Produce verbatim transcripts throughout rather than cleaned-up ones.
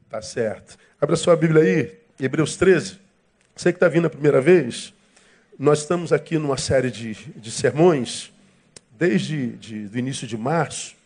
Tá certo. Abra sua Bíblia aí, Hebreus treze. Você que está vindo a primeira vez, nós estamos aqui numa série de, de sermões, desde de, do início de março.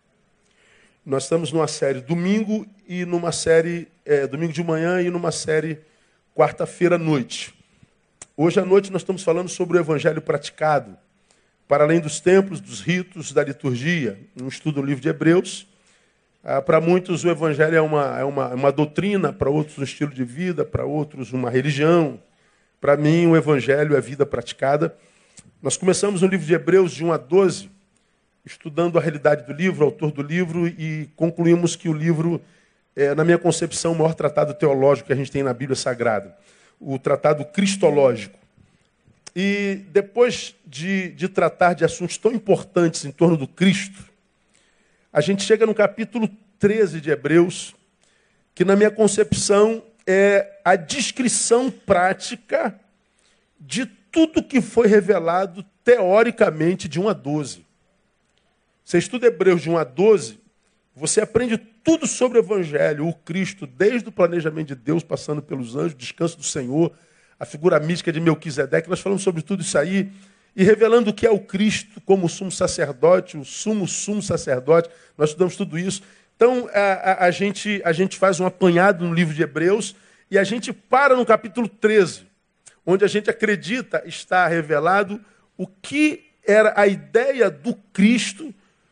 Nós estamos numa série domingo e numa série é, domingo de manhã e numa série quarta-feira à noite. Hoje à noite nós estamos falando sobre o evangelho praticado, para além dos templos, dos ritos, da liturgia, um estudo do livro de Hebreus. Ah, para muitos o evangelho é uma, é uma, uma doutrina, para outros um estilo de vida, para outros uma religião. Para mim o evangelho é vida praticada. Nós começamos no livro de Hebreus de um a doze, estudando a realidade do livro, o autor do livro, e concluímos que o livro é, na minha concepção, o maior tratado teológico que a gente tem na Bíblia Sagrada, o tratado cristológico. E depois de, de tratar de assuntos tão importantes em torno do Cristo, a gente chega no capítulo treze de Hebreus, que na minha concepção é a descrição prática de tudo que foi revelado teoricamente de um a doze. Você estuda Hebreus de um a doze, você aprende tudo sobre o Evangelho, o Cristo, desde o planejamento de Deus, passando pelos anjos, o descanso do Senhor, a figura mística de Melquisedeque. Nós falamos sobre tudo isso aí, e revelando o que é o Cristo como sumo sacerdote, o sumo sumo sacerdote. Nós estudamos tudo isso. Então, a, a, a, gente, a gente faz um apanhado no livro de Hebreus, e a gente para no capítulo treze, onde a gente acredita estar revelado o que era a ideia do Cristo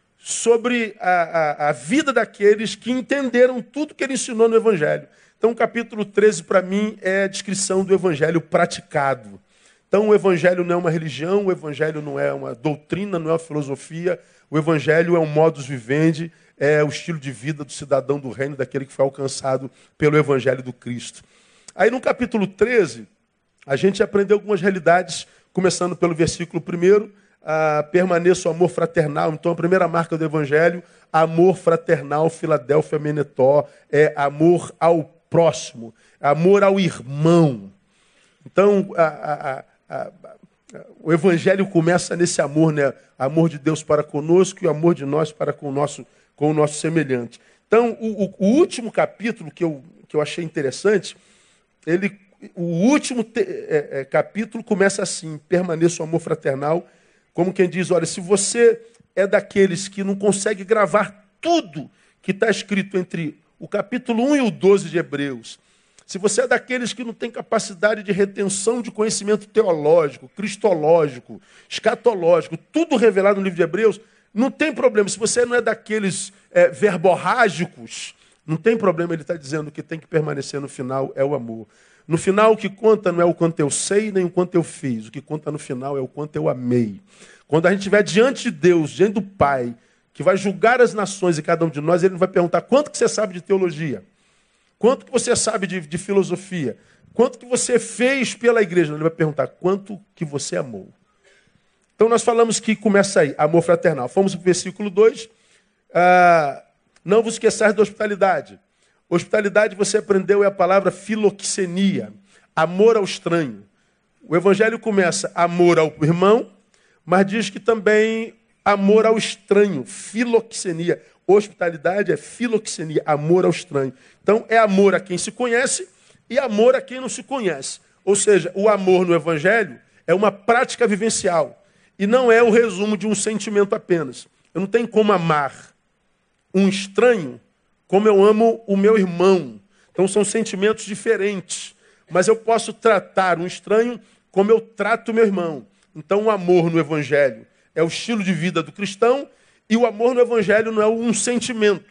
sobre a, a, a vida daqueles que entenderam tudo que ele ensinou no Evangelho. Então, o capítulo treze, para mim, é a descrição do Evangelho praticado. Então, o Evangelho não é uma religião, o Evangelho não é uma doutrina, não é uma filosofia. O Evangelho é um modus vivendi, é o estilo de vida do cidadão do reino, daquele que foi alcançado pelo Evangelho do Cristo. Aí, no capítulo treze, a gente aprendeu algumas realidades, começando pelo versículo primeiro, ah, permaneça o amor fraternal. Então, a primeira marca do Evangelho, amor fraternal, Filadélfia Menetó, é amor ao próximo, amor ao irmão. Então, a, a, a, a, o Evangelho começa nesse amor, né? Amor de Deus para conosco e o amor de nós para com o nosso, com o nosso semelhante. Então, o, o, o último capítulo que eu, que eu achei interessante, ele, o último te, é, é, capítulo começa assim: permaneça o amor fraternal. Como quem diz, olha, se você é daqueles que não consegue gravar tudo que está escrito entre o capítulo um e o doze de Hebreus, se você é daqueles que não tem capacidade de retenção de conhecimento teológico, cristológico, escatológico, tudo revelado no livro de Hebreus, não tem problema. Se você não é daqueles é, verborrágicos, não tem problema. Ele está dizendo que tem que permanecer no final é o amor. No final, o que conta não é o quanto eu sei, nem o quanto eu fiz. O que conta no final é o quanto eu amei. Quando a gente estiver diante de Deus, diante do Pai, que vai julgar as nações e cada um de nós, ele não vai perguntar quanto que você sabe de teologia, quanto que você sabe de, de filosofia, quanto que você fez pela igreja. Ele vai perguntar quanto que você amou. Então, nós falamos que começa aí, amor fraternal. Fomos para o versículo dois. Ah, não vos esqueçais da hospitalidade. Hospitalidade, você aprendeu, é a palavra filoxenia, amor ao estranho. O Evangelho começa amor ao irmão, mas diz que também amor ao estranho, filoxenia. Hospitalidade é filoxenia, amor ao estranho. Então, é amor a quem se conhece e amor a quem não se conhece. Ou seja, o amor no Evangelho é uma prática vivencial e não é o resumo de um sentimento apenas. Eu não tenho como amar um estranho como eu amo o meu irmão. Então são sentimentos diferentes. Mas eu posso tratar um estranho como eu trato o meu irmão. Então o amor no Evangelho é o estilo de vida do cristão, e o amor no Evangelho não é um sentimento.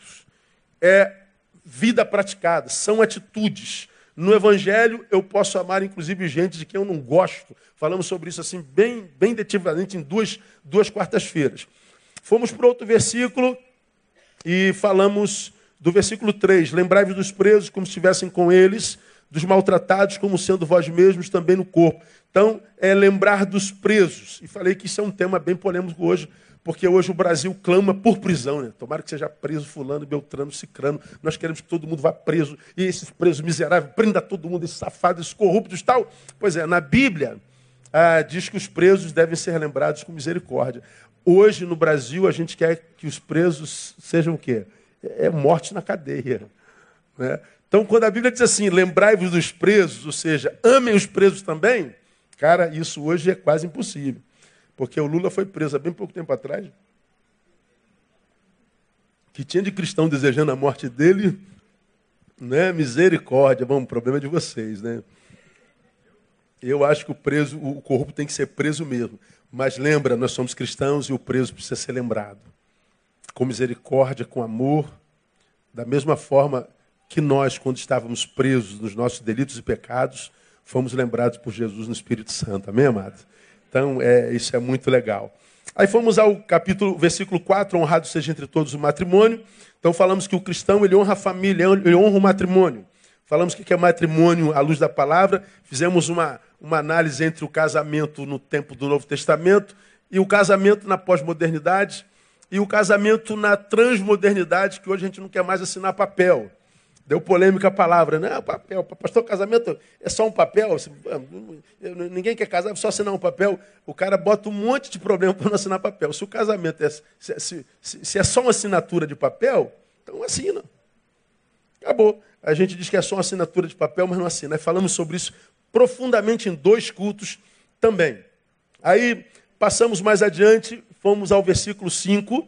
É vida praticada, são atitudes. No Evangelho eu posso amar inclusive gente de quem eu não gosto. Falamos sobre isso assim bem, bem detivamente em duas, duas quartas-feiras. Fomos para outro versículo e falamos do versículo três, lembrai-vos dos presos como se estivessem com eles, dos maltratados como sendo vós mesmos também no corpo. Então, é lembrar dos presos. E falei que isso é um tema bem polêmico hoje, porque hoje o Brasil clama por prisão, né? Tomara que seja preso fulano, beltrano, cicrano. Nós queremos que todo mundo vá preso, e esses presos miseráveis, prenda todo mundo, esses safados, esses corruptos e tal. Pois é, na Bíblia, ah, diz que os presos devem ser lembrados com misericórdia. Hoje, no Brasil, a gente quer que os presos sejam o quê? É morte na cadeia. Né? Então, quando a Bíblia diz assim, lembrai-vos dos presos, ou seja, amem os presos também, cara, isso hoje é quase impossível. Porque o Lula foi preso há bem pouco tempo atrás. Que tinha de cristão desejando a morte dele, né? Misericórdia. Bom, o problema é de vocês, né? Eu acho que o preso, o corrupto tem que ser preso mesmo. Mas lembra, nós somos cristãos e o preso precisa ser lembrado. Com misericórdia, com amor, da mesma forma que nós, quando estávamos presos nos nossos delitos e pecados, fomos lembrados por Jesus no Espírito Santo. Amém, amado? Então, é, isso é muito legal. Aí fomos ao capítulo, versículo quatro, honrado seja entre todos o matrimônio. Então falamos que o cristão, ele honra a família, ele honra o matrimônio. Falamos que é matrimônio à luz da palavra. Fizemos uma, uma análise entre o casamento no tempo do Novo Testamento e o casamento na pós-modernidade e o casamento na transmodernidade, que hoje a gente não quer mais assinar papel. Deu polêmica a palavra, né? Ah, papel, pastor, casamento é só um papel. Ninguém quer casar, só assinar um papel. O cara bota um monte de problema para não assinar papel. Se o casamento é, se, se, se é só uma assinatura de papel, então assina. Acabou. A gente diz que é só uma assinatura de papel, mas não assina. Aí falamos sobre isso profundamente em dois cultos também. Aí passamos mais adiante, fomos ao versículo cinco.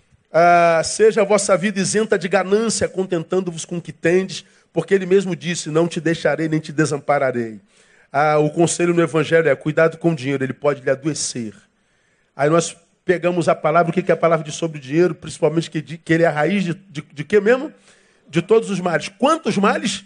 Ah, seja a vossa vida isenta de ganância, contentando-vos com o que tendes, porque ele mesmo disse, não te deixarei nem te desampararei. Ah, o conselho no Evangelho é, cuidado com o dinheiro, ele pode lhe adoecer. Aí nós pegamos a palavra, o que é a palavra diz sobre o dinheiro, principalmente que, que ele é a raiz de, de, de quê mesmo? De todos os males. Quantos males?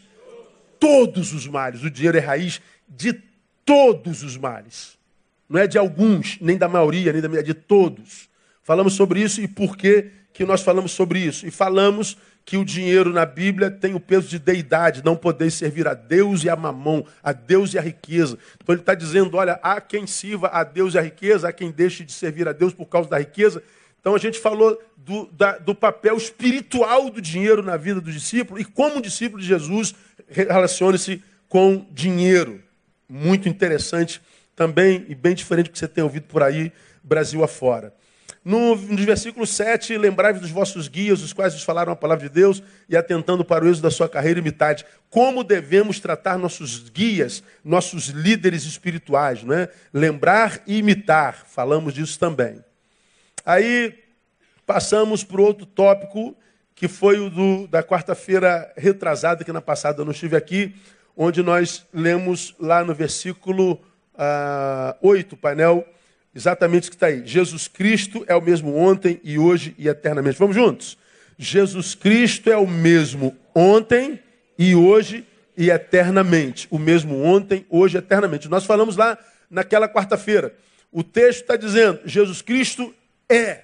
Todos os males. O dinheiro é raiz de todos os males. Não é de alguns, nem da maioria, nem da maioria, é de todos. Falamos sobre isso e por que que nós falamos sobre isso? E falamos que o dinheiro na Bíblia tem o peso de deidade, não podeis servir a Deus e a mamão, a Deus e a riqueza. Então ele está dizendo, olha, há quem sirva a Deus e a riqueza, há quem deixe de servir a Deus por causa da riqueza. Então a gente falou do, da, do papel espiritual do dinheiro na vida do discípulo e como o discípulo de Jesus relaciona-se com dinheiro. Muito interessante também e bem diferente do que você tem ouvido por aí, Brasil afora. No, no versículo sete, lembrai-vos dos vossos guias, os quais vos falaram a palavra de Deus, e atentando para o êxito da sua carreira, imitai. Como devemos tratar nossos guias, nossos líderes espirituais, né? Lembrar e imitar, falamos disso também. Aí passamos para o outro tópico, que foi o do, da quarta-feira retrasada, que na passada eu não estive aqui, onde nós lemos lá no versículo ah, oito, painel, exatamente o que está aí. Jesus Cristo é o mesmo ontem e hoje e eternamente. Vamos juntos? Jesus Cristo é o mesmo ontem e hoje e eternamente. O mesmo ontem, hoje e eternamente. Nós falamos lá naquela quarta-feira. O texto está dizendo, Jesus Cristo é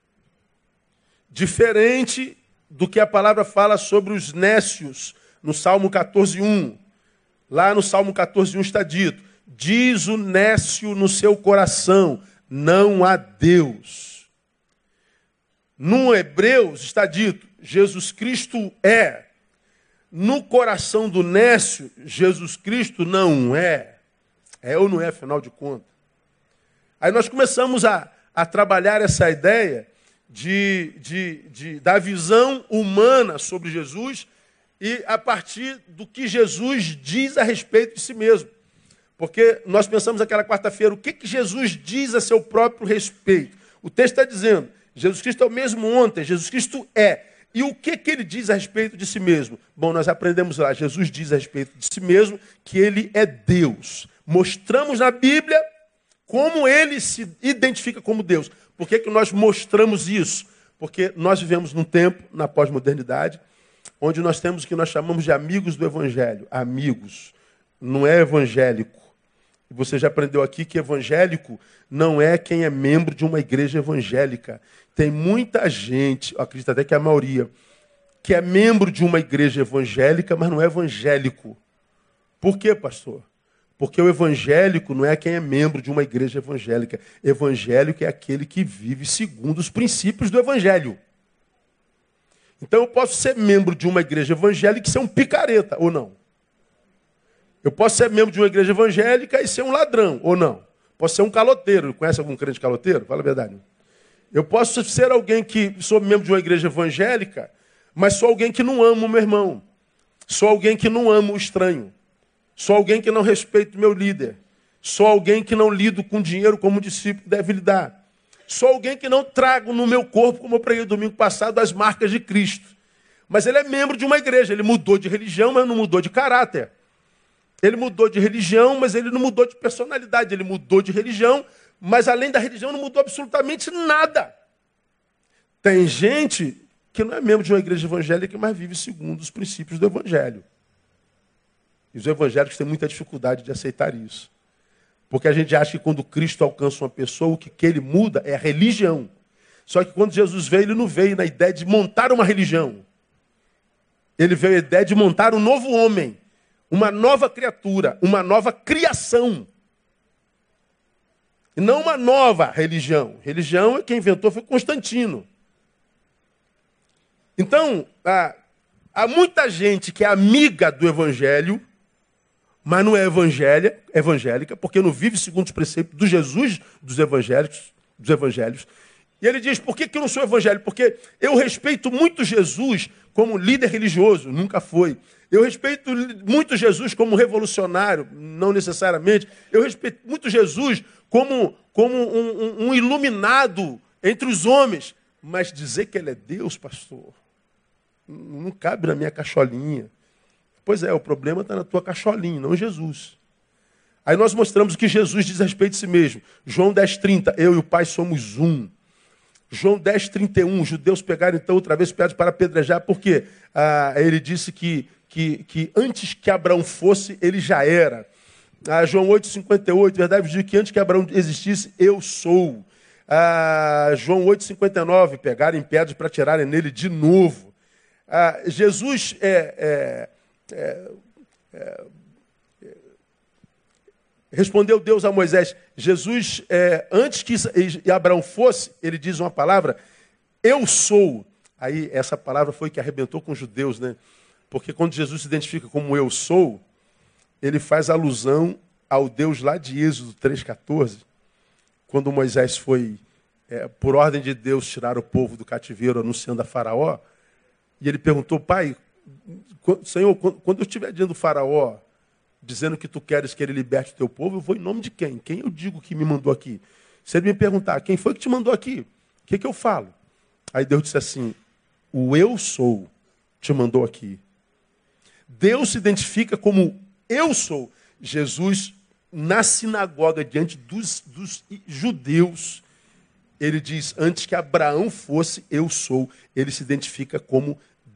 diferente do que a palavra fala sobre os nécios, no Salmo catorze, um. Lá no Salmo catorze, um está dito, diz o nécio no seu coração, não há Deus. No Hebreus está dito, Jesus Cristo é. No coração do nécio, Jesus Cristo não é. É ou não é, afinal de contas? Aí nós começamos a, a trabalhar essa ideia de, de, de, da visão humana sobre Jesus e a partir do que Jesus diz a respeito de si mesmo. Porque nós pensamos aquela quarta-feira, o que, que Jesus diz a seu próprio respeito? O texto está dizendo, Jesus Cristo é o mesmo ontem, Jesus Cristo é. E o que, que ele diz a respeito de si mesmo? Bom, nós aprendemos lá, Jesus diz a respeito de si mesmo que ele é Deus. Mostramos na Bíblia como ele se identifica como Deus. Por que, que nós mostramos isso? Porque nós vivemos num tempo, na pós-modernidade, onde nós temos o que nós chamamos de amigos do Evangelho. Amigos, não é evangélico. Você já aprendeu aqui que evangélico não é quem é membro de uma igreja evangélica. Tem muita gente, eu acredito até que é a maioria, que é membro de uma igreja evangélica, mas não é evangélico. Por quê, pastor? Porque o evangélico não é quem é membro de uma igreja evangélica. Evangélico é aquele que vive segundo os princípios do evangelho. Então eu posso ser membro de uma igreja evangélica e ser um picareta, ou não? Eu posso ser membro de uma igreja evangélica e ser um ladrão, ou não? Posso ser um caloteiro. Conhece algum crente caloteiro? Fala a verdade. Eu posso ser alguém que sou membro de uma igreja evangélica, mas sou alguém que não ama o meu irmão. Sou alguém que não amo o estranho. Sou alguém que não respeito o meu líder. Sou alguém que não lido com dinheiro como o discípulo deve lidar. Sou alguém que não trago no meu corpo, como eu preguei domingo passado, as marcas de Cristo. Mas ele é membro de uma igreja. Ele mudou de religião, mas não mudou de caráter. Ele mudou de religião, mas ele não mudou de personalidade. Ele mudou de religião, mas além da religião não mudou absolutamente nada. Tem gente que não é membro de uma igreja evangélica, mas vive segundo os princípios do evangelho. E os evangélicos têm muita dificuldade de aceitar isso. Porque a gente acha que quando Cristo alcança uma pessoa, o que, que ele muda é a religião. Só que quando Jesus veio, ele não veio na ideia de montar uma religião. Ele veio na ideia de montar um novo homem, uma nova criatura, uma nova criação. E não uma nova religião. Religião é quem inventou foi Constantino. Então, há, há muita gente que é amiga do evangelho, mas não é evangélica, evangélica, porque não vive segundo os preceitos do Jesus dos evangélicos, dos evangelhos. E ele diz, por que, que eu não sou evangélico? Porque eu respeito muito Jesus como líder religioso, nunca foi. Eu respeito muito Jesus como revolucionário, não necessariamente. Eu respeito muito Jesus como, como um, um, um iluminado entre os homens. Mas dizer que ele é Deus, pastor, não cabe na minha cacholinha. Pois é, o problema está na tua cacholinha, não Jesus. Aí nós mostramos o que Jesus diz a respeito de si mesmo. João dez, trinta, eu e o Pai somos um. João dez, trinta e um, os judeus pegaram então outra vez pedras para apedrejar, porque ah, ele disse que, que, que antes que Abraão fosse, ele já era. Ah, João oito, cinquenta e oito, verdade, diz que antes que Abraão existisse, eu sou. Ah, João oito, cinquenta e nove, pegarem pedras para tirarem nele de novo. Ah, Jesus é, é, é, é, respondeu Deus a Moisés. Jesus, é, antes que Abraão fosse, ele diz uma palavra, eu sou. Aí essa palavra foi que arrebentou com os judeus, né? Porque quando Jesus se identifica como eu sou, ele faz alusão ao Deus lá de Êxodo três, quatorze, quando Moisés foi, é, por ordem de Deus, tirar o povo do cativeiro, anunciando a Faraó, e ele perguntou, pai, Senhor, quando eu estiver diante do Faraó, dizendo que tu queres que ele liberte o teu povo, eu vou em nome de quem? Quem eu digo que me mandou aqui? Se ele me perguntar, quem foi que te mandou aqui? O que, que eu falo? Aí Deus disse assim, o eu sou te mandou aqui. Deus se identifica como eu sou. Jesus, na sinagoga, diante dos, dos judeus, ele diz, antes que Abraão fosse, eu sou. Ele se identifica como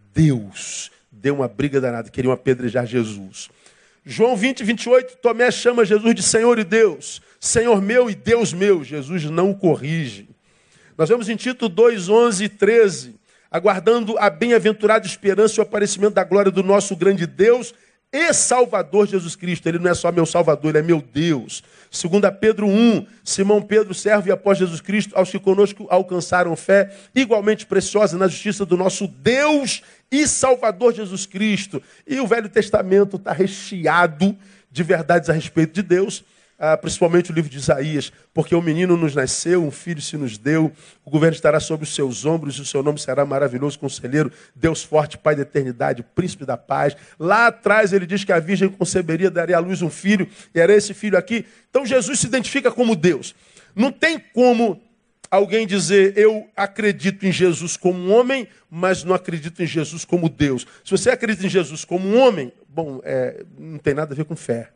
Deus. Deu uma briga danada, queriam apedrejar Jesus. João vinte, vinte e oito, Tomé chama Jesus de Senhor e Deus. Senhor meu e Deus meu. Jesus não o corrige. Nós vemos em Tito dois, onze e treze, aguardando a bem-aventurada esperança e o aparecimento da glória do nosso grande Deus e Salvador Jesus Cristo. Ele não é só meu Salvador, ele é meu Deus. Segunda Pedro um, Simão Pedro, servo e após Jesus Cristo, aos que conosco alcançaram fé, igualmente preciosa na justiça do nosso Deus e Salvador Jesus Cristo. E o Velho Testamento está recheado de verdades a respeito de Deus, ah, principalmente o livro de Isaías, porque um menino nos nasceu, um filho se nos deu, o governo estará sobre os seus ombros, e o seu nome será maravilhoso, conselheiro, Deus forte, Pai da eternidade, príncipe da paz. Lá atrás ele diz que a virgem conceberia, daria à luz um filho, e era esse filho aqui. Então Jesus se identifica como Deus. Não tem como alguém dizer, eu acredito em Jesus como um homem, mas não acredito em Jesus como Deus. Se você acredita em Jesus como um homem, bom, é, não tem nada a ver com fé.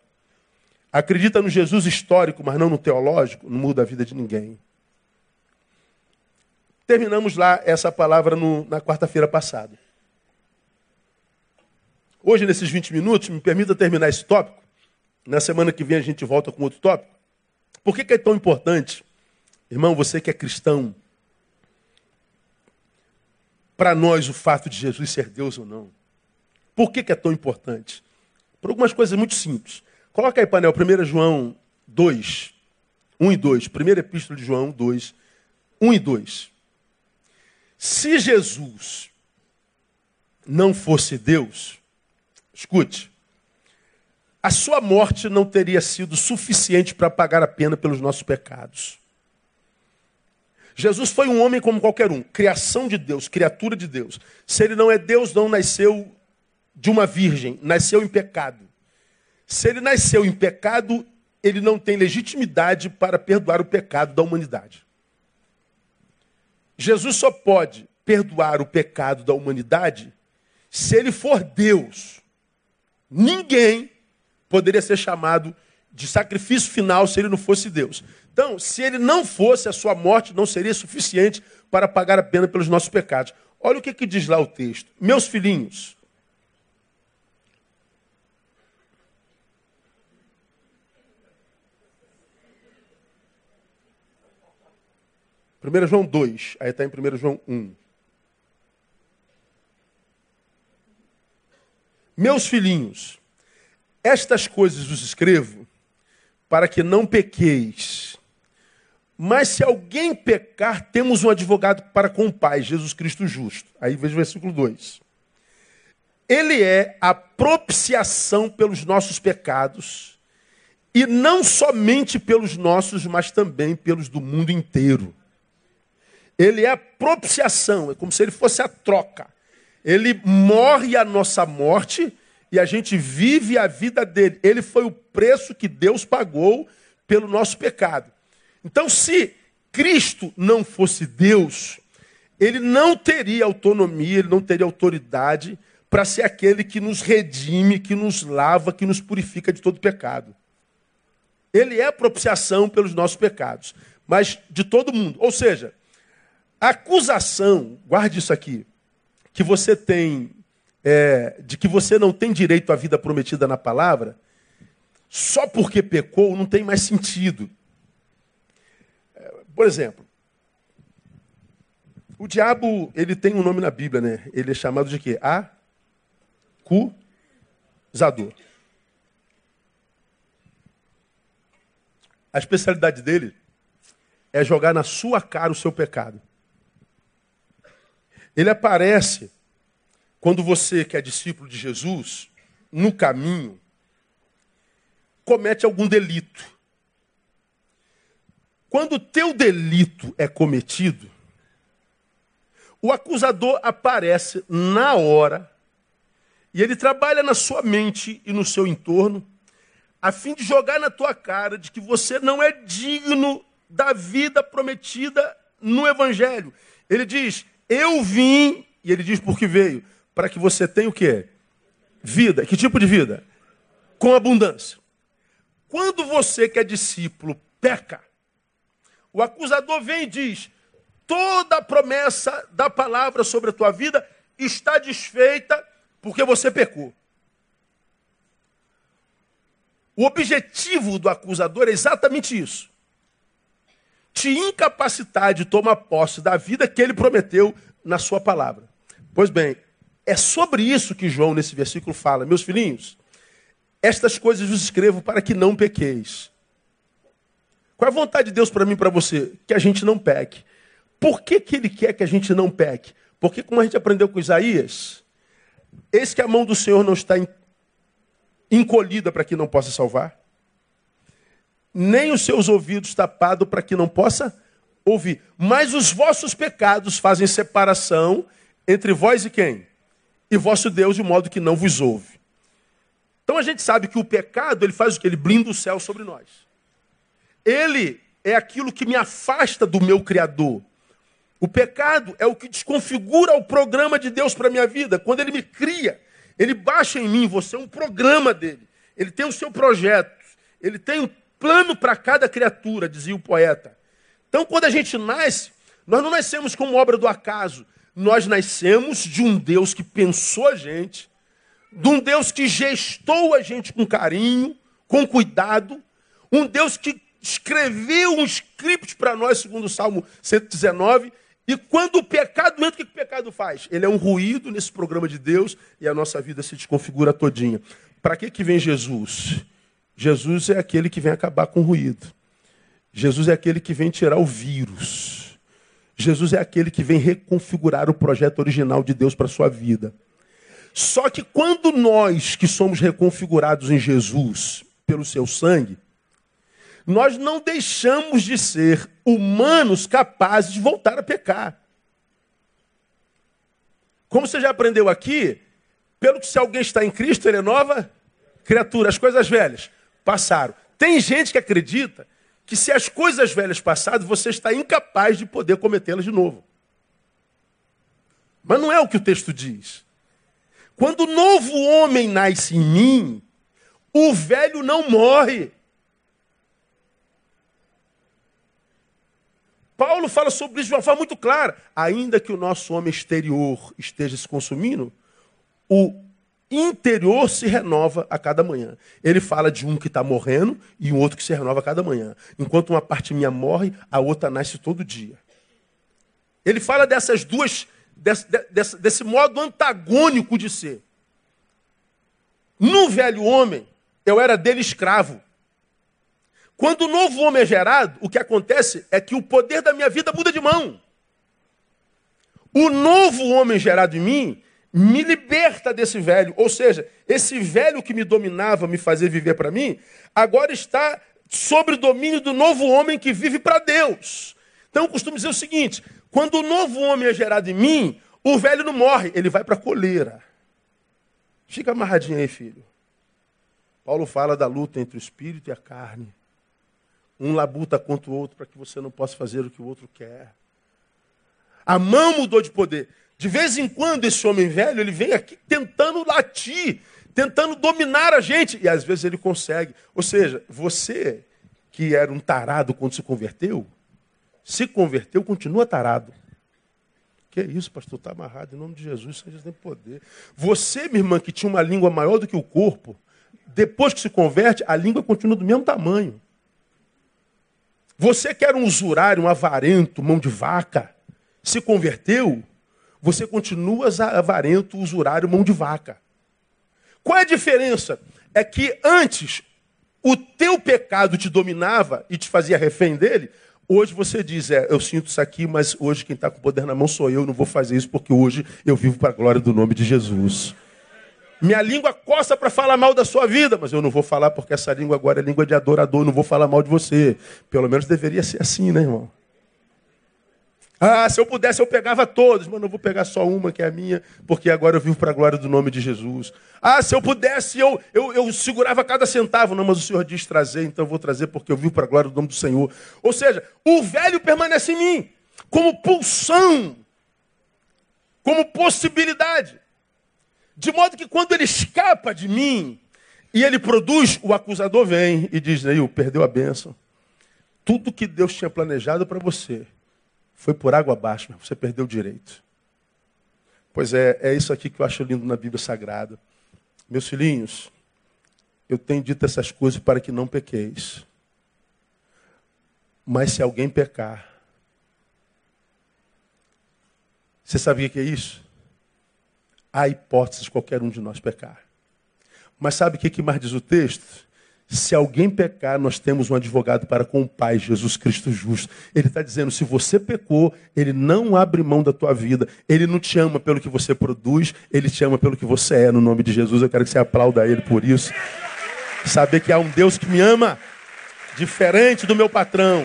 Acredita no Jesus histórico, mas não no teológico, não muda a vida de ninguém. Terminamos lá essa palavra no, na quarta-feira passada. Hoje, nesses vinte minutos, me permita terminar esse tópico. Na semana que vem a gente volta com outro tópico. Por que, que é tão importante, irmão, você que é cristão, para nós o fato de Jesus ser Deus ou não? Por que, que é tão importante? Por algumas coisas muito simples. Coloca aí, painel, primeiro João dois, um e dois. Primeira Epístola de João dois, um e dois. Se Jesus não fosse Deus, escute, a sua morte não teria sido suficiente para pagar a pena pelos nossos pecados. Jesus foi um homem como qualquer um, criação de Deus, criatura de Deus. Se ele não é Deus, não nasceu de uma virgem, nasceu em pecado. Se ele nasceu em pecado, ele não tem legitimidade para perdoar o pecado da humanidade. Jesus só pode perdoar o pecado da humanidade se ele for Deus. Ninguém poderia ser chamado de sacrifício final se ele não fosse Deus. Então, se ele não fosse, a sua morte não seria suficiente para pagar a pena pelos nossos pecados. Olha o que, que diz lá o texto. Meus filhinhos, primeiro João dois, aí está em primeiro João um. Meus filhinhos, estas coisas vos escrevo para que não pequeis. Mas se alguém pecar, temos um advogado para com o Pai, Jesus Cristo justo. Aí veja o versículo dois. Ele é a propiciação pelos nossos pecados, e não somente pelos nossos, mas também pelos do mundo inteiro. Ele é a propiciação, é como se ele fosse a troca. Ele morre a nossa morte e a gente vive a vida dele. Ele foi o preço que Deus pagou pelo nosso pecado. Então, se Cristo não fosse Deus, ele não teria autonomia, ele não teria autoridade para ser aquele que nos redime, que nos lava, que nos purifica de todo pecado. Ele é a propiciação pelos nossos pecados, mas de todo mundo. Ou seja, a acusação, guarde isso aqui, que você tem, é, de que você não tem direito à vida prometida na palavra, só porque pecou não tem mais sentido. Por exemplo, o diabo, ele tem um nome na Bíblia, né? Ele é chamado de quê? Acusador. A especialidade dele é jogar na sua cara o seu pecado. Ele aparece quando você, que é discípulo de Jesus, no caminho, comete algum delito. Quando o teu delito é cometido, o acusador aparece na hora e ele trabalha na sua mente e no seu entorno a fim de jogar na tua cara de que você não é digno da vida prometida no Evangelho. Ele diz, eu vim, e ele diz por que veio, para que você tenha o quê? Vida. Que tipo de vida? Com abundância. Quando você que é discípulo peca, o acusador vem e diz, toda a promessa da palavra sobre a tua vida está desfeita porque você pecou. O objetivo do acusador é exatamente isso. Te incapacitar de tomar posse da vida que ele prometeu na sua palavra. Pois bem, é sobre isso que João, nesse versículo, fala. Meus filhinhos, estas coisas vos escrevo para que não pequeis. Qual é a vontade de Deus para mim e para você? Que a gente não peque. Por que que ele quer que a gente não peque? Porque, como a gente aprendeu com Isaías, eis que a mão do Senhor não está encolhida para que não possa salvar, nem os seus ouvidos tapados para que não possa ouvir. Mas os vossos pecados fazem separação entre vós e quem? E vosso Deus, de modo que não vos ouve. Então a gente sabe que o pecado, ele faz o quê? Ele blinda o céu sobre nós. Ele é aquilo que me afasta do meu Criador. O pecado é o que desconfigura o programa de Deus para a minha vida. Quando ele me cria, ele baixa em mim, você é um programa dele. Ele tem o seu projeto. Ele tem um plano para cada criatura, dizia o poeta. Então, quando a gente nasce, nós não nascemos como obra do acaso. Nós nascemos de um Deus que pensou a gente, de um Deus que gestou a gente com carinho, com cuidado, um Deus que escreveu um script para nós, segundo o Salmo cento e dezenove, e quando o pecado entra, o que o pecado faz? Ele é um ruído nesse programa de Deus e a nossa vida se desconfigura todinha. Para que que vem Jesus? Jesus é aquele que vem acabar com o ruído. Jesus é aquele que vem tirar o vírus. Jesus é aquele que vem reconfigurar o projeto original de Deus para a sua vida. Só que quando nós que somos reconfigurados em Jesus pelo seu sangue, nós não deixamos de ser humanos capazes de voltar a pecar. Como você já aprendeu aqui, Pelo que se alguém está em Cristo, ele é nova criatura. As coisas velhas passaram. Tem gente que acredita que se as coisas velhas passaram, você está incapaz de poder cometê-las de novo. Mas não é o que o texto diz. Quando o novo homem nasce em mim, o velho não morre. Paulo fala sobre isso de uma forma muito clara. Ainda que o nosso homem exterior esteja se consumindo, o interior se renova a cada manhã. Ele fala de um que está morrendo e um outro que se renova a cada manhã. Enquanto uma parte minha morre, a outra nasce todo dia. Ele fala dessas duas, desse, desse, desse modo antagônico de ser. No velho homem, eu era dele escravo. Quando o novo homem é gerado, o que acontece é que o poder da minha vida muda de mão. O novo homem gerado em mim me liberta desse velho. Ou seja, esse velho que me dominava, me fazia viver para mim, agora está sob o domínio do novo homem que vive para Deus. Então eu costumo dizer o seguinte: quando o novo homem é gerado em mim, o velho não morre, ele vai para a coleira. Fica amarradinho aí, filho. Paulo fala da luta entre o espírito e a carne. Um labuta contra o outro para que você não possa fazer o que o outro quer. A mão mudou de poder. De vez em quando esse homem velho, ele vem aqui tentando latir, tentando dominar a gente. E às vezes ele consegue. Ou seja, você que era um tarado quando se converteu, se converteu, continua tarado. Que isso, pastor? Está amarrado. Em nome de Jesus, isso aí tem poder. Você, minha irmã, que tinha uma língua maior do que o corpo, depois que se converte, a língua continua do mesmo tamanho. Você que era um usurário, um avarento, mão de vaca, se converteu, você continua avarento, usurário, mão de vaca. Qual é a diferença? É que antes o teu pecado te dominava e te fazia refém dele. Hoje você diz, é, eu sinto isso aqui, mas hoje quem está com o poder na mão sou eu, não vou fazer isso porque hoje eu vivo para a glória do nome de Jesus. Minha língua coça para falar mal da sua vida, mas eu não vou falar porque essa língua agora é língua de adorador, não vou falar mal de você. Pelo menos deveria ser assim, né, irmão? Ah, se eu pudesse eu pegava todos, mas não vou pegar só uma que é a minha, porque agora eu vivo para a glória do nome de Jesus. Ah, se eu pudesse eu, eu, eu segurava cada centavo, não, mas o Senhor diz trazer, então eu vou trazer porque eu vivo para a glória do nome do Senhor. Ou seja, o velho permanece em mim, como pulsão, como possibilidade. De modo que quando ele escapa de mim e ele produz, o acusador vem e diz, aí, perdeu a bênção. Tudo que Deus tinha planejado para você foi por água abaixo, mas você perdeu o direito. Pois é, é isso aqui que eu acho lindo na Bíblia Sagrada. Meus filhinhos, eu tenho dito essas coisas para que não pequeis. Mas se alguém pecar, você sabe o que é isso? Há hipótese de qualquer um de nós pecar. Mas sabe o que mais diz o texto? Se alguém pecar, nós temos um advogado para com o Pai, Jesus Cristo justo. Ele está dizendo, se você pecou, ele não abre mão da tua vida. Ele não te ama pelo que você produz, ele te ama pelo que você é. No nome de Jesus, eu quero que você aplauda ele por isso. Saber que há um Deus que me ama, diferente do meu patrão.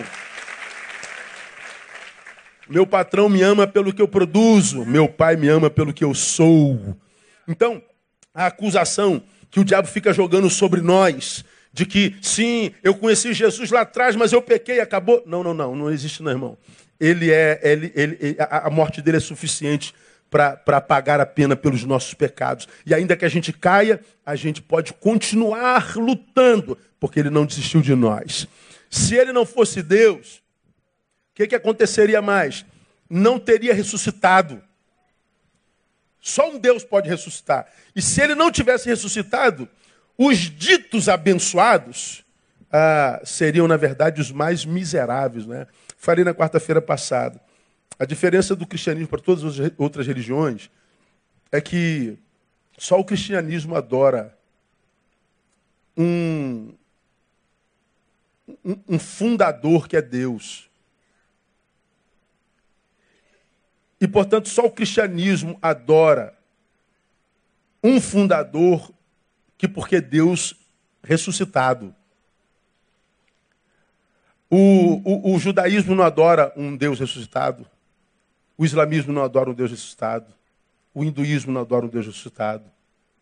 Meu patrão me ama pelo que eu produzo. Meu pai me ama pelo que eu sou. Então, a acusação que o diabo fica jogando sobre nós, de que, sim, eu conheci Jesus lá atrás, mas eu pequei e acabou. Não, não, não. Não existe não, irmão. Ele é, ele, ele, a morte dele é suficiente para pagar a pena pelos nossos pecados. E ainda que a gente caia, a gente pode continuar lutando, porque ele não desistiu de nós. Se ele não fosse Deus, o que, que aconteceria mais? Não teria ressuscitado. Só um Deus pode ressuscitar. E se ele não tivesse ressuscitado, os ditos abençoados ah, seriam, na verdade, os mais miseráveis. Né? Falei na quarta-feira passada. A diferença do cristianismo para todas as outras religiões é que só o cristianismo adora um, um, um fundador que é Deus. E, portanto, só o cristianismo adora um fundador que, porque Deus ressuscitado. O, o, o judaísmo não adora um Deus ressuscitado. O islamismo não adora um Deus ressuscitado. O hinduísmo não adora um Deus ressuscitado.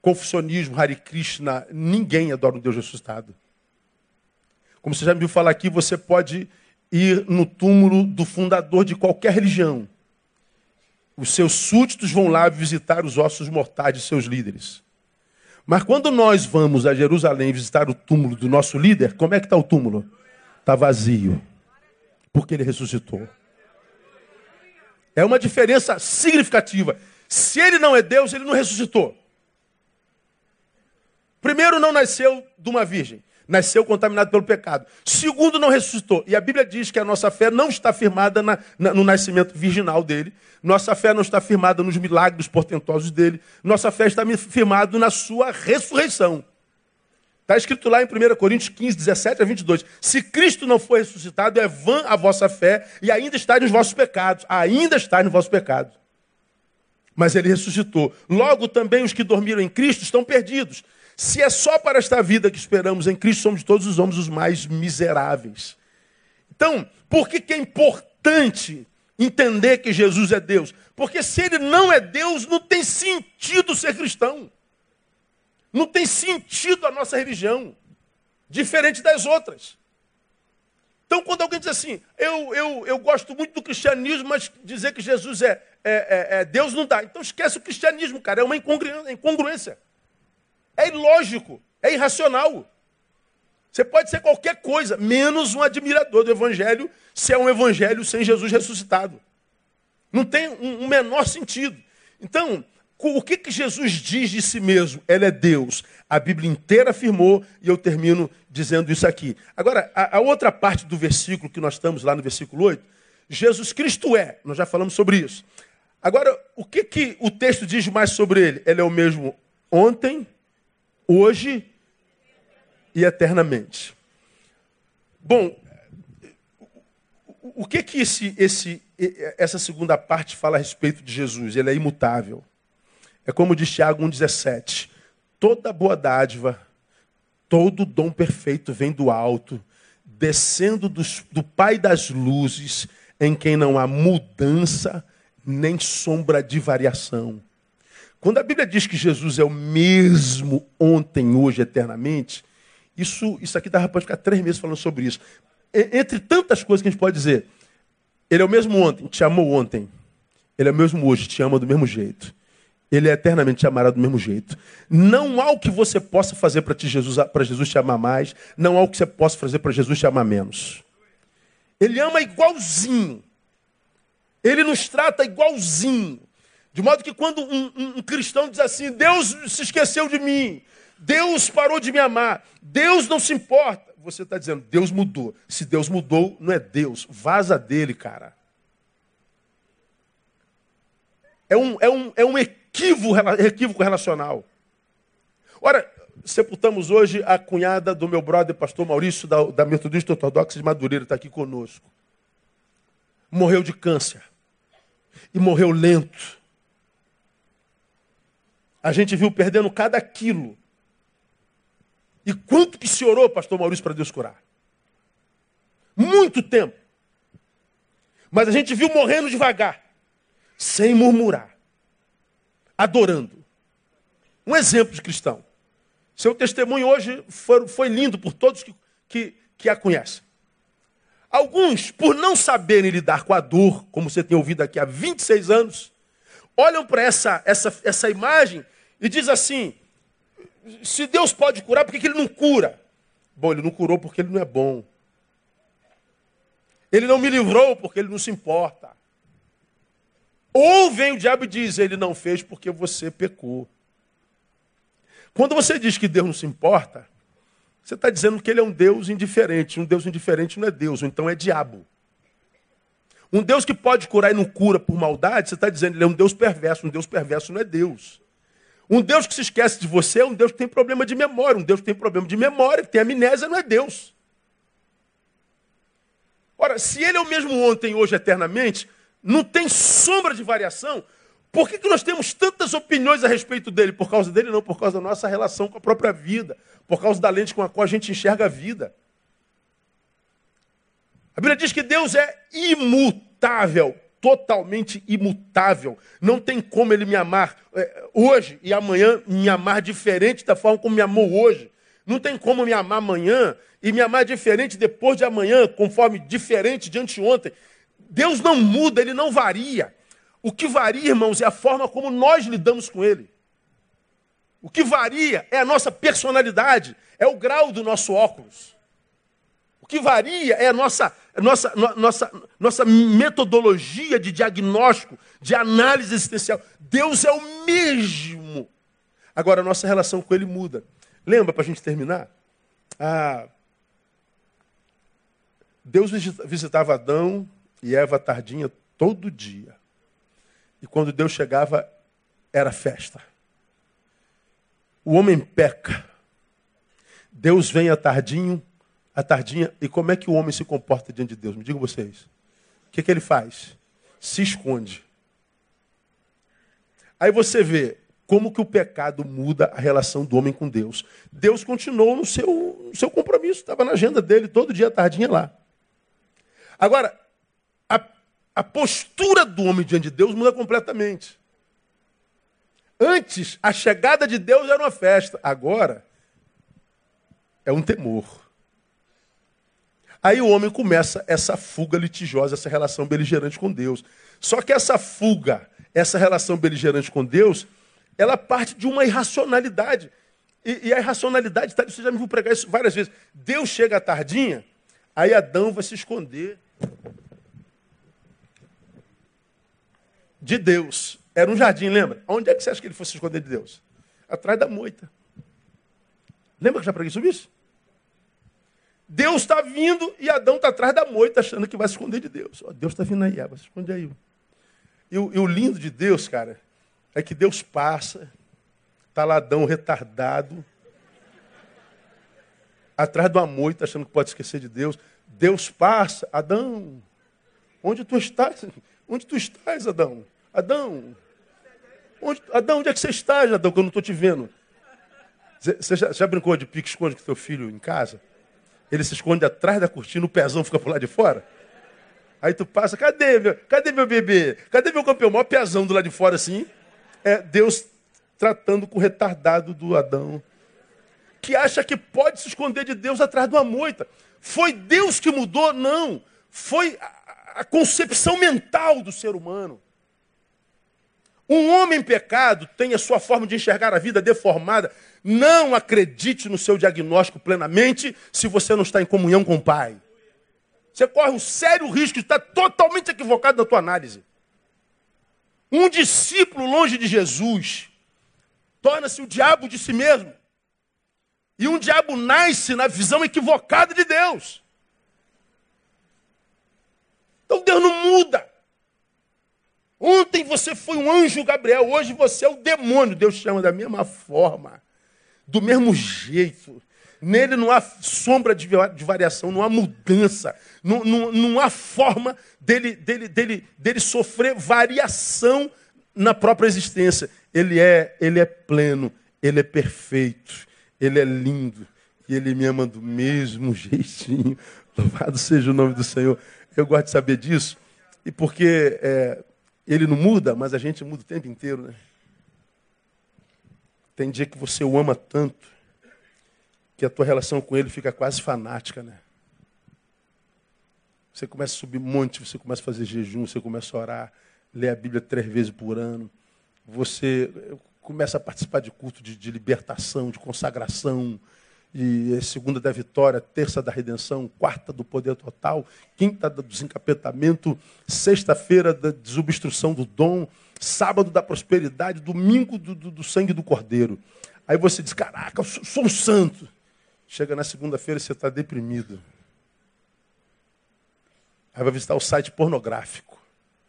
confucionismo, Hare Krishna, ninguém adora um Deus ressuscitado. Como você já me viu falar aqui, você pode ir no túmulo do fundador de qualquer religião. Os seus súditos vão lá visitar os ossos mortais de seus líderes. Mas quando nós vamos a Jerusalém visitar o túmulo do nosso líder, como é que está o túmulo? Está vazio. Porque ele ressuscitou. É uma diferença significativa. Se ele não é Deus, ele não ressuscitou. Primeiro, não nasceu de uma virgem. Nasceu contaminado pelo pecado. Segundo, não ressuscitou. E a Bíblia diz que a nossa fé não está firmada na, na, no nascimento virginal dele. Nossa fé não está firmada nos milagres portentosos dele. Nossa fé está firmada na sua ressurreição. Está escrito lá em primeira Coríntios quinze, dezessete a vinte e dois. Se Cristo não for ressuscitado, é vã a vossa fé e ainda está nos vossos pecados. Ainda está nos vossos pecados. Mas ele ressuscitou. Logo, também os que dormiram em Cristo estão perdidos. Se é só para esta vida que esperamos em Cristo, somos todos os homens os mais miseráveis. Então, por que, que é importante entender que Jesus é Deus? Porque se ele não é Deus, não tem sentido ser cristão. Não tem sentido a nossa religião, diferente das outras. Então, quando alguém diz assim, eu, eu, eu gosto muito do cristianismo, mas dizer que Jesus é, é, é, é Deus não dá. Então esquece o cristianismo, cara, é uma incongruência. É ilógico, é irracional. Você pode ser qualquer coisa, menos um admirador do evangelho, se é um evangelho sem Jesus ressuscitado. Não tem um, um menor sentido. Então, o que, que Jesus diz de si mesmo? Ele é Deus. A Bíblia inteira afirmou, e eu termino dizendo isso aqui. Agora, a, a outra parte do versículo, que nós estamos lá no versículo oito, Jesus Cristo é, nós já falamos sobre isso. Agora, o que, que o texto diz mais sobre ele? Ele é o mesmo ontem, hoje e eternamente. Bom, o que que esse, esse, essa segunda parte fala a respeito de Jesus? Ele é imutável. É como diz Tiago um, dezessete. Toda boa dádiva, todo dom perfeito vem do alto, descendo dos, do Pai das luzes, em quem não há mudança nem sombra de variação. Quando a Bíblia diz que Jesus é o mesmo ontem, hoje, eternamente, isso, isso aqui dava para ficar três meses falando sobre isso. Entre tantas coisas que a gente pode dizer, ele é o mesmo ontem, te amou ontem. Ele é o mesmo hoje, te ama do mesmo jeito. Ele é eternamente te amará do mesmo jeito. Não há o que você possa fazer para Jesus, para Jesus te amar mais, não há o que você possa fazer para Jesus te amar menos. Ele ama igualzinho. Ele nos trata igualzinho. De modo que quando um, um, um cristão diz assim, Deus se esqueceu de mim, Deus parou de me amar, Deus não se importa, você está dizendo, Deus mudou. Se Deus mudou, não é Deus, vaza dele, cara. É um, é um, é um equívoco, equívoco relacional. Ora, sepultamos hoje a cunhada do meu brother, pastor Maurício, da, da Metodista Ortodoxa de Madureira, está aqui conosco. Morreu de câncer. E morreu lento. A gente viu perdendo cada quilo. E quanto que se orou, pastor Maurício, para Deus curar? Muito tempo. Mas a gente viu morrendo devagar, sem murmurar, adorando. Um exemplo de cristão. Seu testemunho hoje foi, foi lindo por todos que, que, que a conhecem. Alguns, por não saberem lidar com a dor, como você tem ouvido aqui há vinte e seis anos, olham para essa, essa, essa imagem e diz assim, se Deus pode curar, por que, que ele não cura? Bom, ele não curou porque ele não é bom. Ele não me livrou porque ele não se importa. Ou vem o diabo e diz, ele não fez porque você pecou. Quando você diz que Deus não se importa, você está dizendo que ele é um Deus indiferente. Um Deus indiferente não é Deus, ou então é diabo. Um Deus que pode curar e não cura por maldade, você está dizendo que ele é um Deus perverso. Um Deus perverso não é Deus. Um Deus que se esquece de você é um Deus que tem problema de memória. Um Deus que tem problema de memória, que tem amnésia, não é Deus. Ora, se ele é o mesmo ontem, hoje, eternamente, não tem sombra de variação, por que, que nós temos tantas opiniões a respeito dele? Por causa dele, não, por causa da nossa relação com a própria vida, por causa da lente com a qual a gente enxerga a vida. A Bíblia diz que Deus é imutável. totalmente imutável. Não tem como ele me amar hoje e amanhã me amar diferente da forma como me amou hoje. Não tem como me amar amanhã e me amar diferente depois de amanhã, conforme diferente de anteontem. Deus não muda, ele não varia. O que varia, irmãos, é a forma como nós lidamos com ele. O que varia é a nossa personalidade, é o grau do nosso óculos. O que varia é a nossa, nossa, no, nossa, nossa metodologia de diagnóstico, de análise existencial. Deus é o mesmo. Agora, a nossa relação com ele muda. Lembra, para a gente terminar? Ah, Deus visitava Adão e Eva à tardinha todo dia. E quando Deus chegava, era festa. O homem peca. Deus vem à tardinho, à tardinha. E como é que o homem se comporta diante de Deus? Me digam vocês. O que, que ele faz? Se esconde. Aí você vê como que o pecado muda a relação do homem com Deus. Deus continuou no seu, no seu compromisso. Estava na agenda dele, todo dia à tardinha lá. Agora, a, a postura do homem diante de Deus muda completamente. Antes, a chegada de Deus era uma festa. Agora, é um temor. Aí o homem começa essa fuga litigiosa, essa relação beligerante com Deus. Só que essa fuga, essa relação beligerante com Deus, ela parte de uma irracionalidade. E, e a irracionalidade, tá, você já me viu pregar isso várias vezes. Deus chega à tardinha, aí Adão vai se esconder de Deus. Era um jardim, lembra? Onde é que você acha que ele fosse se esconder de Deus? Atrás da moita. Lembra que já preguei sobre isso? Deus está vindo e Adão está atrás da moita, achando que vai se esconder de Deus. Oh, Deus está vindo aí, Eva, se esconde aí. E o, e o lindo de Deus, cara, é que Deus passa, está lá Adão retardado, atrás de uma moita, achando que pode esquecer de Deus. Deus passa, Adão, onde tu estás? Onde tu estás, Adão? Adão, onde, Adão, onde é que você está, Adão, que eu não estou te vendo? Você já, já brincou de pique-esconde com teu filho em casa? Ele se esconde atrás da cortina, o pezão fica por lá de fora. Aí tu passa, cadê meu, cadê meu bebê? Cadê meu campeão? O maior pezão do lado de fora assim. É Deus tratando com o retardado do Adão, que acha que pode se esconder de Deus atrás de uma moita. Foi Deus que mudou? Não. Foi a, a concepção mental do ser humano. Um homem em pecado tem a sua forma de enxergar a vida deformada. Não acredite no seu diagnóstico plenamente se você não está em comunhão com o Pai. Você corre um sério risco de estar totalmente equivocado na tua análise. Um discípulo longe de Jesus torna-se o diabo de si mesmo. E um diabo nasce na visão equivocada de Deus. Então Deus não muda. Ontem você foi um anjo Gabriel, hoje você é o demônio. Deus chama da mesma forma, do mesmo jeito. Nele não há sombra de variação, não há mudança, não, não, não há forma dele, dele, dele, dele sofrer variação na própria existência. Ele é, ele é pleno, ele é perfeito, ele é lindo e ele me ama do mesmo jeitinho. Louvado seja o nome do Senhor. Eu gosto de saber disso, e porque é, ele não muda, mas a gente muda o tempo inteiro, né? Tem dia que você o ama tanto que a tua relação com ele fica quase fanática, né? Você começa a subir monte, você começa a fazer jejum, você começa a orar, ler a Bíblia três vezes por ano. Você começa a participar de culto de, de libertação, de consagração. E é segunda da vitória, terça da redenção, quarta do poder total, quinta do desencapetamento, sexta-feira da desobstrução do dom, sábado da prosperidade, domingo do, do, do sangue do cordeiro. Aí você diz, caraca, eu sou, sou um santo. Chega na segunda-feira e você está deprimido. Aí vai visitar o site pornográfico.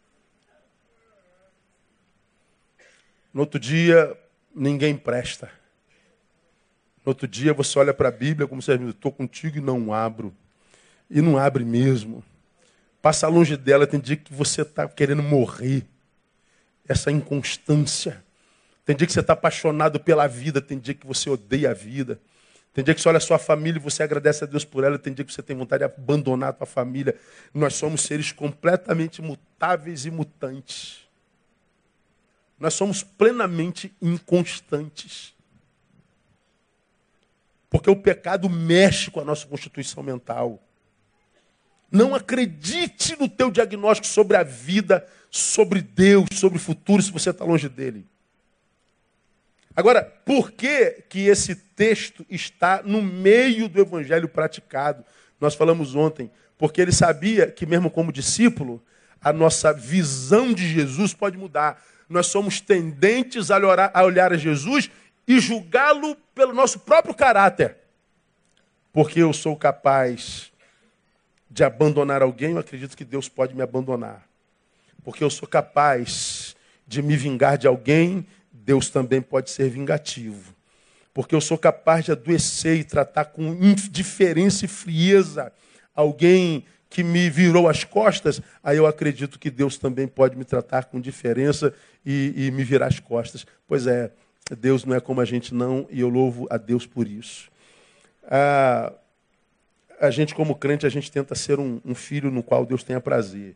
No outro dia, ninguém presta. No outro dia, você olha para a Bíblia como se eu estou contigo e não abro. E não abre mesmo. Passa longe dela, tem dia que você está querendo morrer. Essa inconstância. Tem dia que você está apaixonado pela vida, tem dia que você odeia a vida. Tem dia que você olha a sua família e você agradece a Deus por ela. Tem dia que você tem vontade de abandonar a tua família. Nós somos seres completamente mutáveis e mutantes. Nós somos plenamente inconstantes. Porque o pecado mexe com a nossa constituição mental. Não acredite no teu diagnóstico sobre a vida, sobre Deus, sobre o futuro, se você está longe dele. Agora, por que que esse texto está no meio do evangelho praticado? Nós falamos ontem, porque ele sabia que mesmo como discípulo, a nossa visão de Jesus pode mudar. Nós somos tendentes a olhar a, olhar a Jesus e julgá-lo pelo nosso próprio caráter. Porque eu sou capaz de abandonar alguém, eu acredito que Deus pode me abandonar. Porque eu sou capaz de me vingar de alguém, Deus também pode ser vingativo. Porque eu sou capaz de adoecer e tratar com indiferença e frieza alguém que me virou as costas, aí eu acredito que Deus também pode me tratar com diferença e, e me virar as costas. Pois é, Deus não é como a gente não, e eu louvo a Deus por isso. Ah, a gente como crente, a gente tenta ser um, um filho no qual Deus tenha prazer.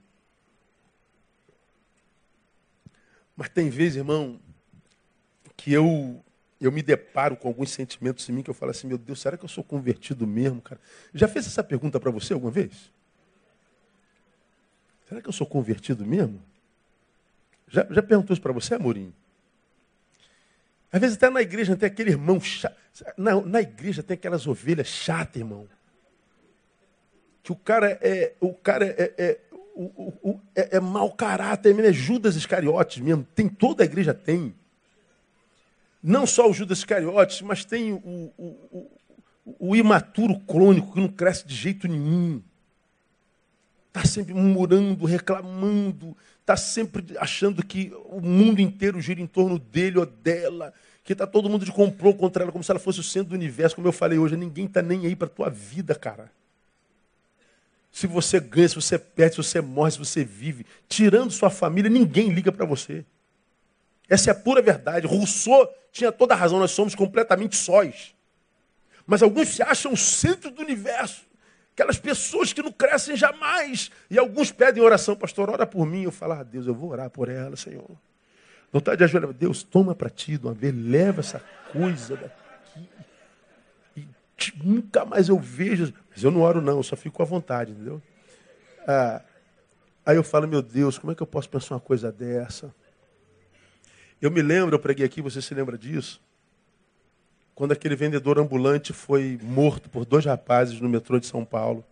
Mas tem vezes, irmão, que eu, eu me deparo com alguns sentimentos em mim que eu falo assim, meu Deus, será que eu sou convertido mesmo, cara? Já fez essa pergunta para você alguma vez? Será que eu sou convertido mesmo? Já, já perguntou isso para você, Amorim? Às vezes até na igreja tem aquele irmão chato. Na, na igreja tem aquelas ovelhas chatas, irmão. Que o cara é, o cara é, é, o, o, é, é mau caráter, é Judas Iscariotes mesmo. Tem, toda a igreja tem. Não só o Judas Iscariotes, mas tem o, o, o, o imaturo crônico que não cresce de jeito nenhum. Está sempre murmurando, reclamando, está sempre achando que o mundo inteiro gira em torno dele ou dela, que está todo mundo de complô contra ela, como se ela fosse o centro do universo. Como eu falei hoje, ninguém está nem aí para a tua vida, cara. Se você ganha, se você perde, se você morre, se você vive, tirando sua família, ninguém liga para você. Essa é a pura verdade. Rousseau tinha toda a razão, nós somos completamente sóis. Mas alguns se acham o centro do universo. Aquelas pessoas que não crescem jamais. E alguns pedem oração, pastor, ora por mim. Eu falo, ah, Deus, eu vou orar por ela, Senhor. Vontade de ajoelhar, Deus, toma para ti de uma vez, leva essa coisa daqui. E nunca mais eu vejo. Mas eu não oro não, eu só fico à vontade, entendeu? Ah, aí eu falo, meu Deus, como é que eu posso pensar uma coisa dessa? Eu me lembro, eu preguei aqui, você se lembra disso? Quando aquele vendedor ambulante foi morto por dois rapazes no metrô de São Paulo.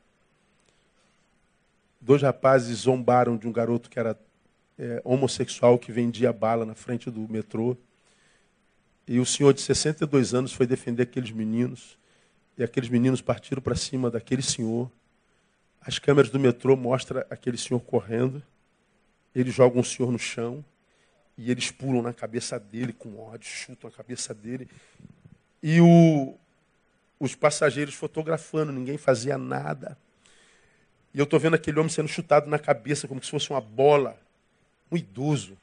Dois rapazes zombaram de um garoto que era é, homossexual, que vendia bala na frente do metrô. E o senhor de sessenta e dois anos foi defender aqueles meninos. E aqueles meninos partiram para cima daquele senhor. As câmeras do metrô mostram aquele senhor correndo. Eles jogam o senhor no chão. E eles pulam na cabeça dele com ódio, chutam a cabeça dele. E o, os passageiros fotografando, ninguém fazia nada. E eu estou vendo aquele homem sendo chutado na cabeça como se fosse uma bola. Um idoso.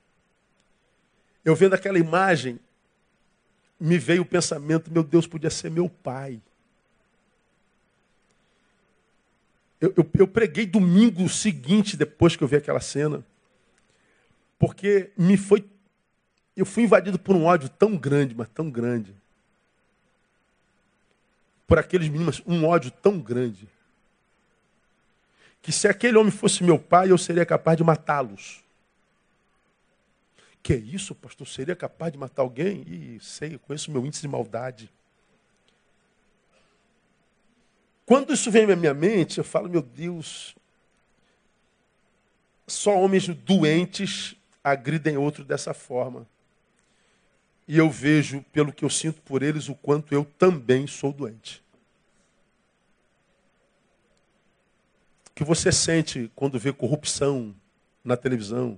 Eu vendo aquela imagem, me veio o pensamento, meu Deus, podia ser meu pai. Eu, eu, eu preguei domingo seguinte, depois que eu vi aquela cena, porque me foi, eu fui invadido por um ódio tão grande, mas tão grande. Por aqueles meninos, um ódio tão grande, que se aquele homem fosse meu pai, eu seria capaz de matá-los. Que isso, pastor? Seria capaz de matar alguém? Ih, sei, eu conheço o meu índice de maldade. Quando isso vem à minha mente, eu falo, meu Deus, só homens doentes agridem outro dessa forma. E eu vejo, pelo que eu sinto por eles, o quanto eu também sou doente. O que você sente quando vê corrupção na televisão?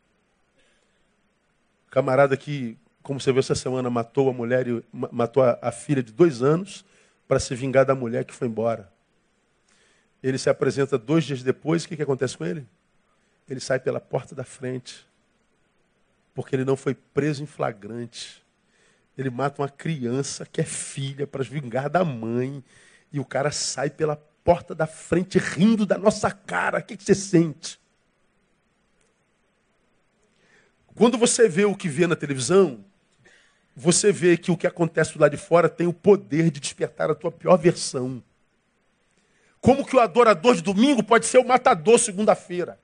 Camarada que, como você viu essa semana, matou a mulher, e matou a, a filha de dois anos para se vingar da mulher que foi embora. Ele se apresenta dois dias depois, o que, que acontece com ele? Ele sai pela porta da frente. Porque ele não foi preso em flagrante. Ele mata uma criança que é filha para vingar da mãe. E o cara sai pela porta da frente rindo da nossa cara. O que que você sente? Quando você vê o que vê na televisão, você vê que o que acontece do lado de fora tem o poder de despertar a tua pior versão. Como que o adorador de domingo pode ser o matador segunda-feira?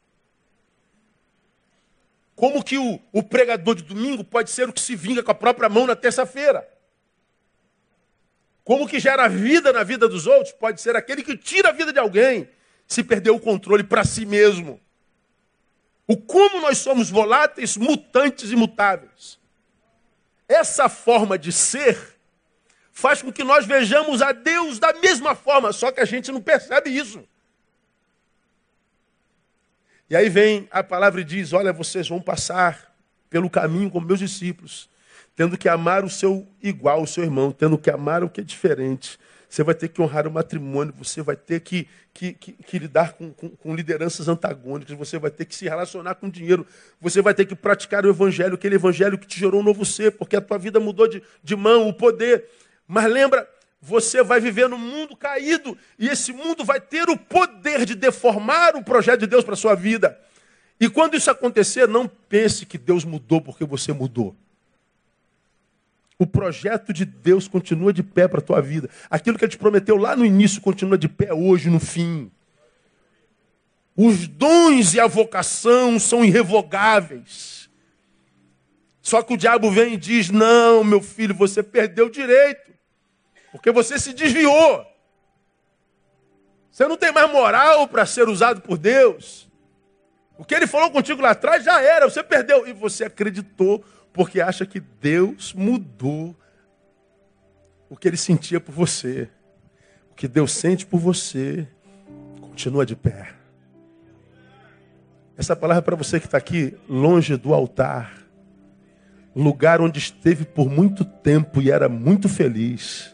Como que o, o pregador de domingo pode ser o que se vinga com a própria mão na terça-feira? Como que gera vida na vida dos outros pode ser aquele que tira a vida de alguém se perdeu o controle para si mesmo. O como nós somos voláteis, mutantes e mutáveis. Essa forma de ser faz com que nós vejamos a Deus da mesma forma, só que a gente não percebe isso. E aí vem a palavra e diz, olha, vocês vão passar pelo caminho como meus discípulos, tendo que amar o seu igual, o seu irmão, tendo que amar o que é diferente. Você vai ter que honrar o matrimônio, você vai ter que, que, que, que lidar com, com, com lideranças antagônicas, você vai ter que se relacionar com dinheiro, você vai ter que praticar o evangelho, aquele evangelho que te gerou um novo ser, porque a tua vida mudou de, de mão, o poder. Mas lembra, você vai viver num mundo caído, e esse mundo vai ter o poder de deformar o projeto de Deus para a sua vida. E quando isso acontecer, não pense que Deus mudou porque você mudou. O projeto de Deus continua de pé para a tua vida. Aquilo que Ele te prometeu lá no início continua de pé hoje, no fim. Os dons e a vocação são irrevogáveis. Só que o diabo vem e diz, não, meu filho, você perdeu o direito. Porque você se desviou. Você não tem mais moral para ser usado por Deus. O que Ele falou contigo lá atrás já era, você perdeu. E você acreditou. Porque acha que Deus mudou o que Ele sentia por você. O que Deus sente por você continua de pé. Essa palavra é para você que está aqui longe do altar. Lugar onde esteve por muito tempo e era muito feliz.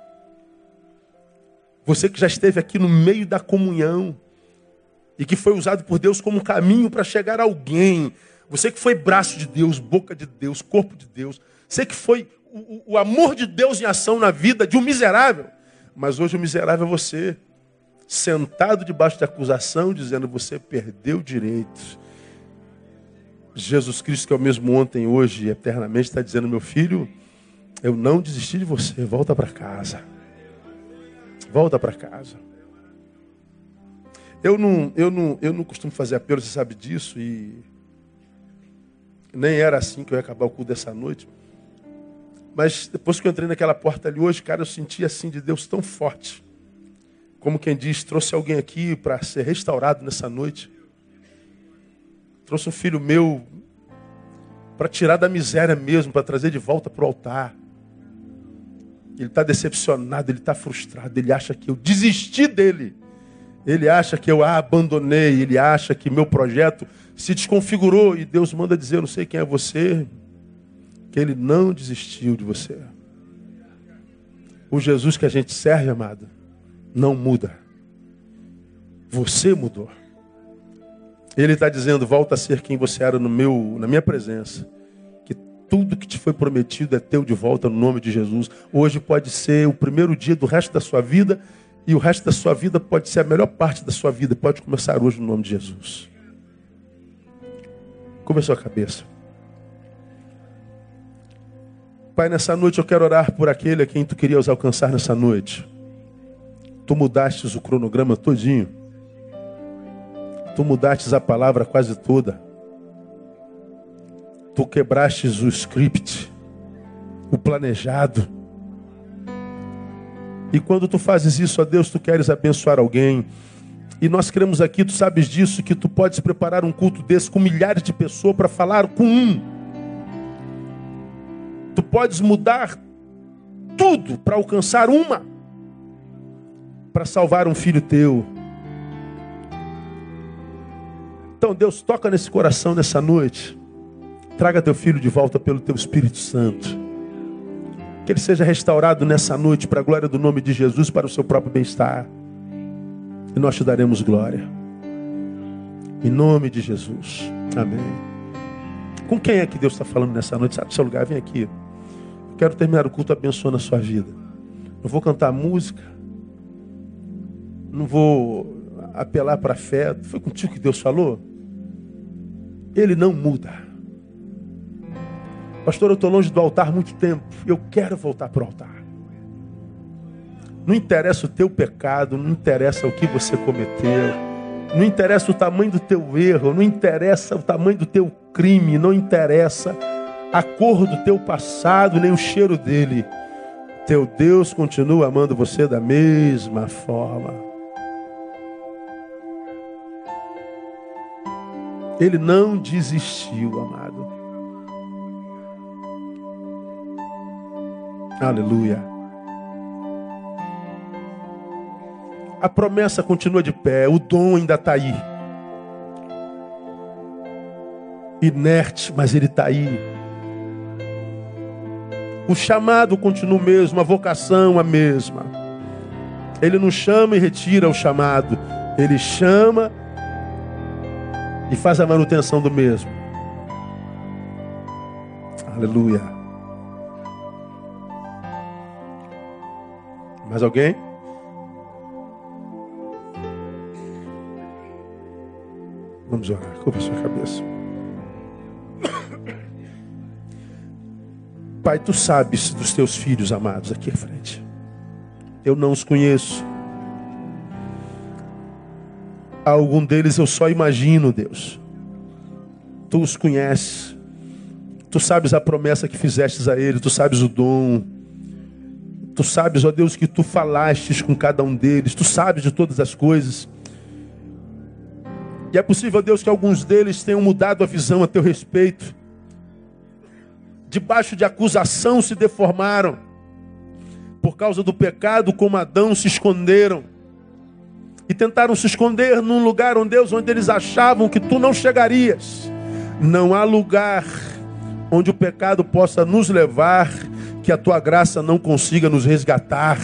Você que já esteve aqui no meio da comunhão. E que foi usado por Deus como caminho para chegar a alguém. Você que foi braço de Deus, boca de Deus, corpo de Deus. Você que foi o, o amor de Deus em ação na vida de um miserável. Mas hoje o miserável é você. Sentado debaixo de acusação, dizendo você perdeu direitos. Jesus Cristo, que é o mesmo ontem, hoje e eternamente, está dizendo, meu filho, eu não desisti de você. Volta para casa. Volta para casa. Eu não, eu, não, eu não costumo fazer apelo, você sabe disso, e... nem era assim que eu ia acabar o culto dessa noite. Mas depois que eu entrei naquela porta ali hoje, cara, eu senti assim de Deus tão forte. Como quem diz, trouxe alguém aqui para ser restaurado nessa noite. Trouxe um filho meu para tirar da miséria mesmo, para trazer de volta para o altar. Ele está decepcionado, ele está frustrado, ele acha que eu desisti dele. Ele acha que eu a abandonei, ele acha que meu projeto se desconfigurou. E Deus manda dizer, eu não sei quem é você, que Ele não desistiu de você. O Jesus que a gente serve, amado, não muda. Você mudou. Ele está dizendo, volta a ser quem você era no meu, na minha presença. Que tudo que te foi prometido é teu de volta no nome de Jesus. Hoje pode ser o primeiro dia do resto da sua vida. E o resto da sua vida pode ser a melhor parte da sua vida. Pode começar hoje no nome de Jesus. Curva a sua cabeça. Pai, nessa noite eu quero orar por aquele a quem tu querias alcançar nessa noite. Tu mudastes o cronograma todinho. Tu mudastes a palavra quase toda. Tu quebrastes o script, o planejado. E quando tu fazes isso, ó Deus, tu queres abençoar alguém. E nós queremos aqui, tu sabes disso, que tu podes preparar um culto desse com milhares de pessoas para falar com um. Tu podes mudar tudo para alcançar uma. Para salvar um filho teu. Então, Deus, toca nesse coração nessa noite. Traga teu filho de volta pelo teu Espírito Santo. Que ele seja restaurado nessa noite para a glória do nome de Jesus, para o seu próprio bem-estar. E nós te daremos glória. Em nome de Jesus. Amém. Com quem é que Deus está falando nessa noite? Sai do seu lugar, vem aqui. Eu Quero terminar o culto abençoando a sua vida. Não vou cantar música. Não vou apelar para a fé. Foi contigo que Deus falou? Ele não muda. Pastor, eu estou longe do altar há muito tempo. Eu quero voltar para o altar. Não interessa o teu pecado, não interessa o que você cometeu, não interessa o tamanho do teu erro, não interessa o tamanho do teu crime, não interessa a cor do teu passado, nem o cheiro dele. Teu Deus continua amando você da mesma forma. Ele não desistiu, amado. Aleluia. A promessa continua de pé, o dom ainda está aí. Inerte, mas ele está aí. O chamado continua o mesmo, a vocação a mesma. Ele não chama e retira o chamado. Ele chama e faz a manutenção do mesmo. Aleluia. Mais alguém? Vamos orar. Curva a sua cabeça. Pai, tu sabes dos teus filhos amados aqui à frente. Eu não os conheço. Algum deles eu só imagino, Deus. Tu os conheces. Tu sabes a promessa que fizestes a ele. Tu sabes o dom. Tu sabes, ó Deus, que tu falastes com cada um deles. Tu sabes de todas as coisas. E é possível, Deus, que alguns deles tenham mudado a visão a teu respeito. Debaixo de acusação se deformaram. Por causa do pecado, como Adão, se esconderam. E tentaram se esconder num lugar, onde Deus, onde eles achavam que tu não chegarias. Não há lugar onde o pecado possa nos levar, que a tua graça não consiga nos resgatar.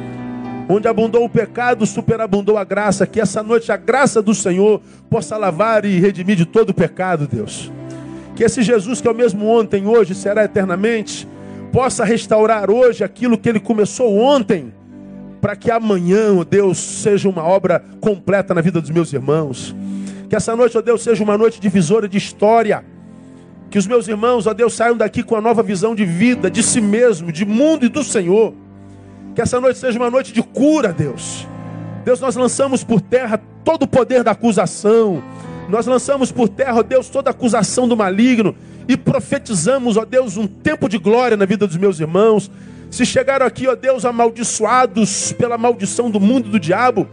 Onde abundou o pecado, superabundou a graça. Que essa noite a graça do Senhor possa lavar e redimir de todo o pecado, Deus. Que esse Jesus que é o mesmo ontem, hoje, será eternamente, possa restaurar hoje aquilo que ele começou ontem, para que amanhã, ó Deus, seja uma obra completa na vida dos meus irmãos. Que essa noite, ó Deus, seja uma noite divisora de história. Que os meus irmãos, ó Deus, saiam daqui com a nova visão de vida, de si mesmo, de mundo e do Senhor. Que essa noite seja uma noite de cura, Deus. Deus, nós lançamos por terra todo o poder da acusação. Nós lançamos por terra, ó Deus, toda a acusação do maligno. E profetizamos, ó Deus, um tempo de glória na vida dos meus irmãos. Se chegaram aqui, ó Deus, amaldiçoados pela maldição do mundo e do diabo,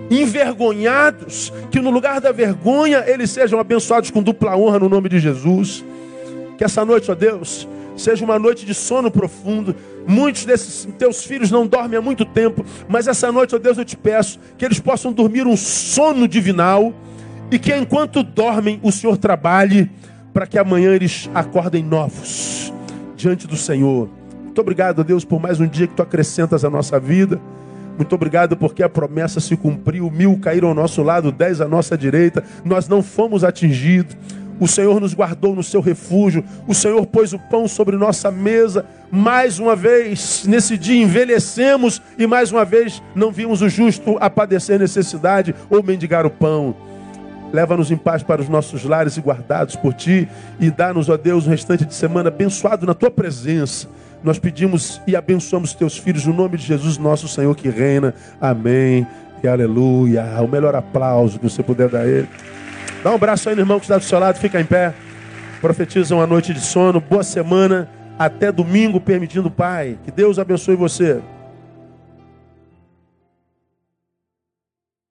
envergonhados, que no lugar da vergonha eles sejam abençoados com dupla honra no nome de Jesus. Que essa noite, ó Deus, seja uma noite de sono profundo. Muitos desses teus filhos não dormem há muito tempo, mas essa noite, ó Deus, eu te peço que eles possam dormir um sono divinal e que enquanto dormem o Senhor trabalhe para que amanhã eles acordem novos diante do Senhor. Muito obrigado, ó Deus, por mais um dia que tu acrescentas à nossa vida. Muito obrigado porque a promessa se cumpriu. Mil caíram ao nosso lado, dez à nossa direita. Nós não fomos atingidos. O Senhor nos guardou no seu refúgio. O Senhor pôs o pão sobre nossa mesa. Mais uma vez, nesse dia envelhecemos e mais uma vez não vimos o justo a padecer necessidade ou mendigar o pão. Leva-nos em paz para os nossos lares e guardados por Ti. E dá-nos, ó Deus, um restante de semana abençoado na Tua presença. Nós pedimos e abençoamos Teus filhos no nome de Jesus, nosso Senhor que reina. Amém e aleluia. O melhor aplauso que você puder dar a Ele. Dá um abraço aí no irmão que está do seu lado, fica em pé. Profetiza uma noite de sono, boa semana, até domingo, permitindo o Pai. Que Deus abençoe você.